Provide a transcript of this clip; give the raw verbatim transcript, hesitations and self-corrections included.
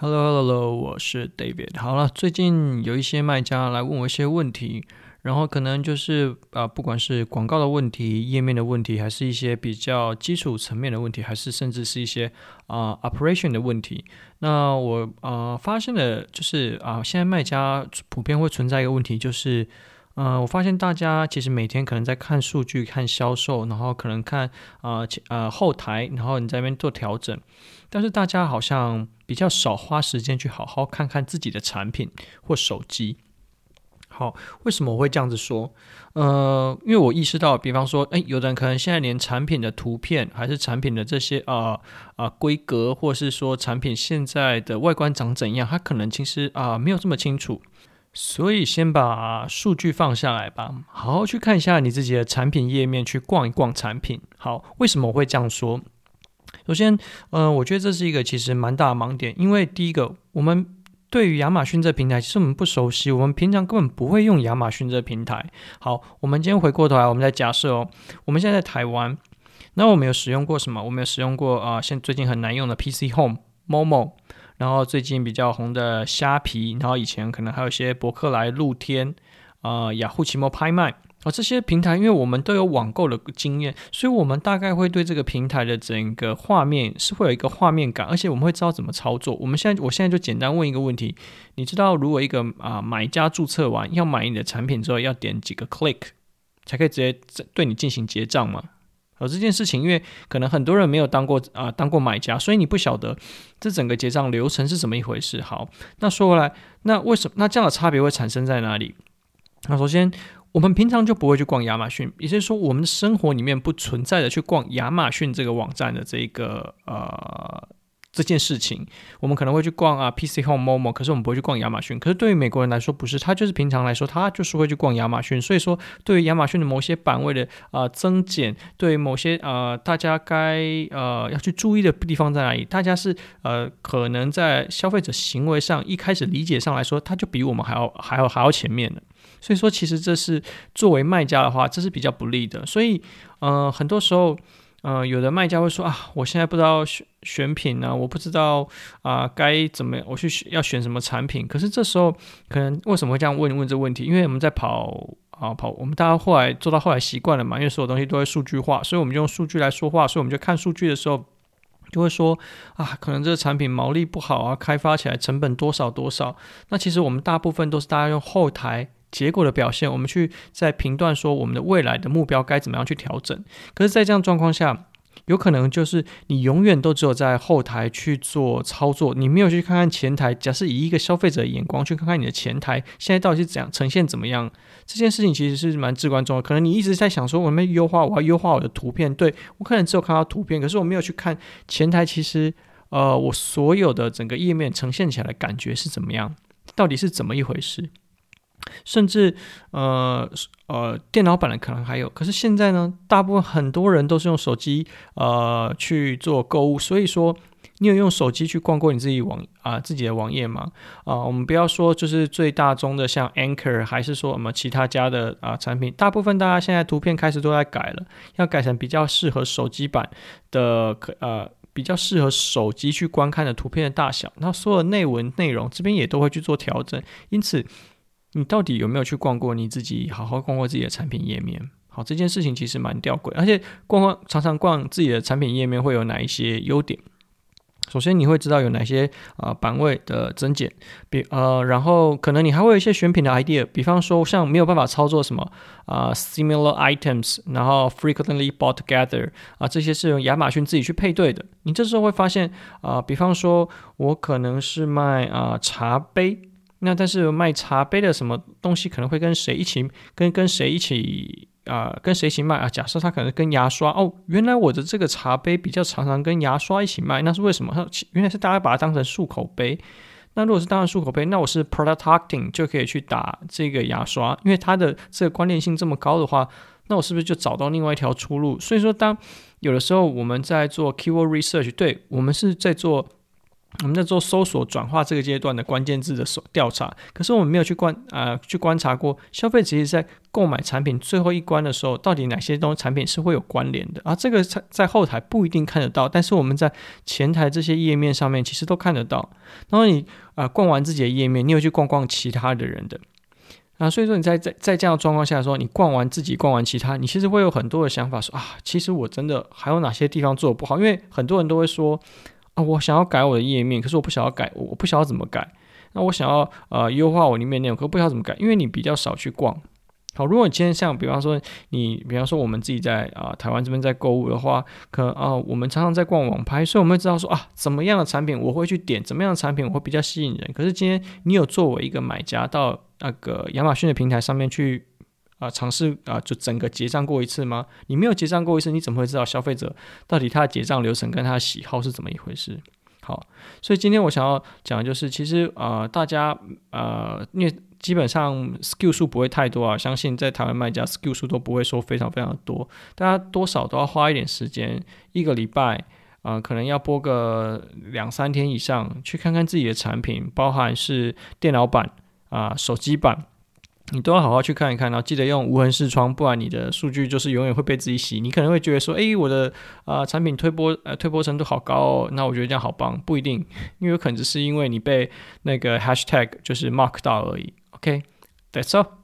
Hello Hello，我是 David。好了，最近有一些卖家来问我一些问题，然后可能就是啊、呃，不管是广告的问题、页面的问题，还是一些比较基础层面的问题，还是甚至是一些啊、呃、operation 的问题。那我啊、呃、发现了，就是啊、呃，现在卖家普遍会存在一个问题，就是呃，我发现大家其实每天可能在看数据、看销售，然后可能看啊呃呃后台，然后你在那边做调整。但是大家好像比较少花时间去好好看看自己的产品或手机。好，为什么我会这样子说？呃，因为我意识到，比方说，哎，有的人可能现在连产品的图片，还是产品的这些啊啊、呃呃、规格，或是说产品现在的外观长怎样，他可能其实啊、呃、没有这么清楚。所以先把数据放下来吧，好好去看一下你自己的产品页面，去逛一逛产品。好，为什么我会这样说？首先，呃，我觉得这是一个其实蛮大的盲点，因为第一个，我们对于亚马逊这平台其实我们不熟悉，我们平常根本不会用亚马逊这平台。好，我们今天回过头来，我们再假设哦，我们现在在台湾，那我们有使用过什么？我们有使用过啊、呃，现最近很难用的 P C Home、Momo，然后最近比较红的虾皮，然后以前可能还有一些博客来、露天，呃，雅虎奇摩拍卖。哦，这些平台，因为我们都有网购的经验，所以我们大概会对这个平台的整个画面是会有一个画面感，而且我们会知道怎么操作。我们现在，我现在就简单问一个问题：你知道如果一个啊、呃、买家注册完要买你的产品之后，要点几个 click 才可以直接对你进行结账吗？哦，这件事情，因为可能很多人没有当过啊、呃、当过买家，所以你不晓得这整个结账流程是怎么一回事。好，那说回来，那为什么那这样的差别会产生在哪里？那首先，我们平常就不会去逛亚马逊，也就是说，我们的生活里面不存在的去逛亚马逊这个网站的这个呃这件事情。我们可能会去逛啊 P C Home、Momo， 可是我们不会去逛亚马逊。可是对于美国人来说，不是，他就是平常来说，他就是会去逛亚马逊。所以说，对于亚马逊的某些版位的啊、呃、增减，对于某些呃大家该呃要去注意的地方在哪里，大家是呃可能在消费者行为上一开始理解上来说，他就比我们还要还要还要前面的。所以说，其实这是作为卖家的话，这是比较不利的。所以，呃，很多时候，呃，有的卖家会说啊，我现在不知道选选品呢、啊，我不知道啊、呃，该怎么我去要选什么产品。可是这时候，可能为什么会这样问问这个问题？因为我们在跑啊跑，我们大家后来做到后来习惯了嘛，因为所有东西都会数据化，所以我们就用数据来说话，所以我们就看数据的时候。就会说啊，可能这个产品毛利不好啊，开发起来成本多少多少。那其实我们大部分都是大家用后台结果的表现，我们去在评断说我们的未来的目标该怎么样去调整。可是，在这样状况下，有可能就是你永远都只有在后台去做操作，你没有去看看前台。假设以一个消费者的眼光去看看你的前台现在到底是怎样呈现怎么样，这件事情其实是蛮至关重要的。可能你一直在想说我们优化，我要优化我的图片，对，我可能只有看到图片，可是我没有去看前台其实呃我所有的整个页面呈现起来的感觉是怎么样，到底是怎么一回事。甚至呃呃电脑版的可能还有，可是现在呢，大部分很多人都是用手机呃去做购物，所以说你有用手机去逛过你自己网啊、呃、自己的网页吗？啊、呃，我们不要说就是最大宗的像 Anchor， 还是说我们其他家的啊、呃、产品，大部分大家现在图片开始都在改了，要改成比较适合手机版的呃。比较适合手机去观看的图片的大小，那所有的内文内容这边也都会去做调整，因此你到底有没有去逛过你自己好好逛过自己的产品页面？好，这件事情其实蛮吊诡，而且逛逛常常逛自己的产品页面会有哪一些优点？首先你会知道有哪些啊、呃、版位的增减，比呃，然后可能你还会有一些选品的 idea， 比方说像没有办法操作什么啊、呃、similar items， 然后 frequently bought together 啊、呃、这些是用亚马逊自己去配对的。你这时候会发现啊、呃，比方说我可能是卖啊、呃、茶杯。那但是卖茶杯的什么东西可能会跟谁一起跟跟谁一起啊、呃、跟谁一起卖啊？假设他可能跟牙刷哦，原来我的这个茶杯比较常常跟牙刷一起卖，那是为什么？原来是大家把它当成漱口杯。那如果是当成漱口杯，那我是 product targeting 就可以去打这个牙刷，因为它的这个关联性这么高的话，那我是不是就找到另外一条出路？所以说，当有的时候我们在做 keyword research， 对，我们是在做我们在做搜索转化这个阶段的关键字的调查，可是我们没有去观呃去观察过消费者其实在购买产品最后一关的时候，到底哪些东产品是会有关联的啊？这个在后台不一定看得到，但是我们在前台这些页面上面其实都看得到。然后你啊、呃、逛完自己的页面，你有去逛逛其他的人的。啊，所以说你在在在这样的状况下说，你逛完自己，逛完其他，你其实会有很多的想法说啊，其实我真的还有哪些地方做得不好？因为很多人都会说啊，我想要改我的页面，可是我不想要改，我不晓得怎么改。那我想要呃优化我里面内容，可不知道怎么改，因为你比较少去逛。好，如果你今天像比方说你，比方说我们自己在啊、呃、台湾这边在购物的话，可能啊、呃、我们常常在逛网拍，所以我们会知道说啊怎么样的产品我会去点，怎么样的产品我会比较吸引人。可是今天你有作为一个买家到那个亚马逊的平台上面去啊尝试啊就整个结账过一次吗？你没有结账过一次，你怎么会知道消费者到底他的结账流程跟他的喜好是怎么一回事？好，所以今天我想要讲的就是，其实呃大家呃因为基本上 S K U 数不会太多啊，相信在台湾卖家 S K U 数都不会说非常非常多，大家多少都要花一点时间，一个礼拜呃可能要播个两三天以上，去看看自己的产品，包含是电脑版啊、呃、手机版。你都要好好去看一看，然后记得用无痕视窗，不然你的数据就是永远会被自己洗。你可能会觉得说，诶，我的呃产品推播呃推播程度好高哦，那我觉得这样好棒，不一定，因为有可能只是因为你被那个 hashtag 就是 mark 到而已。OK，that's all。